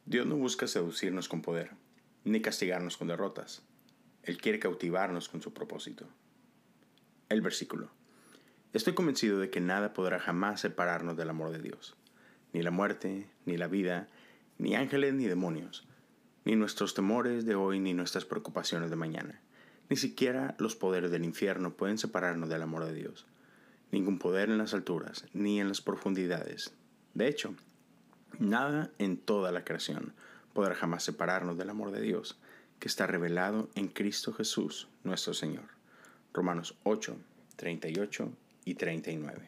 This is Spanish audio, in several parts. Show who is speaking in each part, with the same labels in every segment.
Speaker 1: Dios no busca seducirnos con poder, ni castigarnos con derrotas. Él quiere cautivarnos con su propósito. El versículo. Estoy convencido de que nada podrá jamás separarnos del amor de Dios. Ni la muerte, ni la vida, ni ángeles ni demonios, ni nuestros temores de hoy ni nuestras preocupaciones de mañana. Ni siquiera los poderes del infierno pueden separarnos del amor de Dios. Ningún poder en las alturas, ni en las profundidades. De hecho, nada en toda la creación podrá jamás separarnos del amor de Dios, que está revelado en Cristo Jesús, nuestro Señor. Romanos 8, 38 y 39.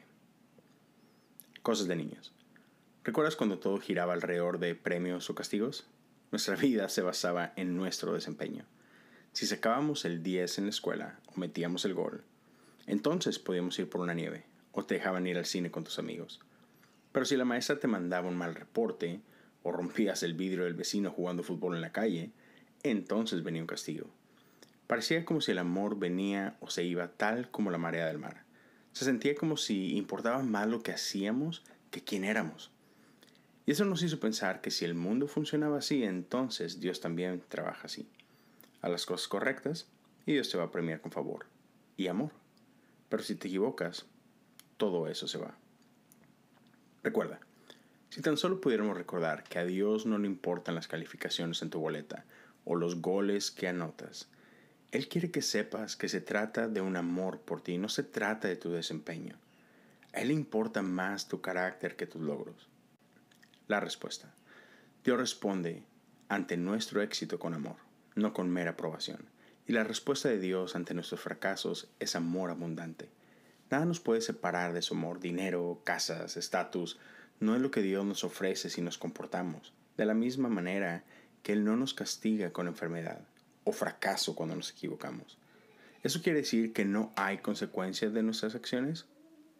Speaker 1: Cosas de niños. ¿Recuerdas cuando todo giraba alrededor de premios o castigos? Nuestra vida se basaba en nuestro desempeño. Si sacábamos el 10 en la escuela o metíamos el gol, entonces podíamos ir por una nieve o te dejaban ir al cine con tus amigos. Pero si la maestra te mandaba un mal reporte o rompías el vidrio del vecino jugando fútbol en la calle, entonces venía un castigo. Parecía como si el amor venía o se iba tal como la marea del mar. Se sentía como si importaba más lo que hacíamos que quién éramos. Y eso nos hizo pensar que si el mundo funcionaba así, entonces Dios también trabaja así. Haz las cosas correctas y Dios te va a premiar con favor y amor. Pero si te equivocas, todo eso se va. Recuerda, si tan solo pudiéramos recordar que a Dios no le importan las calificaciones en tu boleta o los goles que anotas. Él quiere que sepas que se trata de un amor por ti, no se trata de tu desempeño. A Él le importa más tu carácter que tus logros. La respuesta. Dios responde ante nuestro éxito con amor, no con mera aprobación. Y la respuesta de Dios ante nuestros fracasos es amor abundante. Nada nos puede separar de su amor. Dinero, casas, estatus, no es lo que Dios nos ofrece si nos comportamos. De la misma manera que Él no nos castiga con enfermedad o fracaso cuando nos equivocamos. ¿Eso quiere decir que no hay consecuencias de nuestras acciones?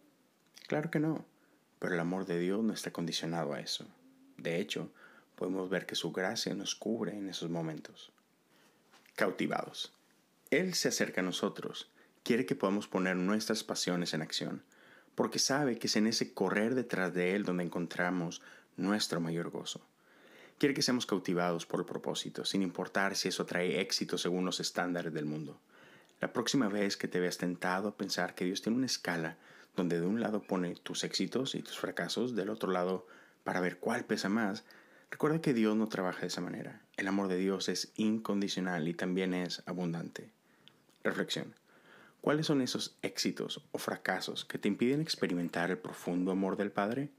Speaker 1: Claro que no, pero el amor de Dios no está condicionado a eso. De hecho, podemos ver que su gracia nos cubre en esos momentos. Cautivados. Él se acerca a nosotros, quiere que podamos poner nuestras pasiones en acción, porque sabe que es en ese correr detrás de Él donde encontramos nuestro mayor gozo. Quiere que seamos cautivados por el propósito, sin importar si eso trae éxito según los estándares del mundo. La próxima vez que te veas tentado a pensar que Dios tiene una escala donde de un lado pone tus éxitos y tus fracasos, del otro lado para ver cuál pesa más, recuerda que Dios no trabaja de esa manera. El amor de Dios es incondicional y también es abundante. Reflexión. ¿Cuáles son esos éxitos o fracasos que te impiden experimentar el profundo amor del Padre?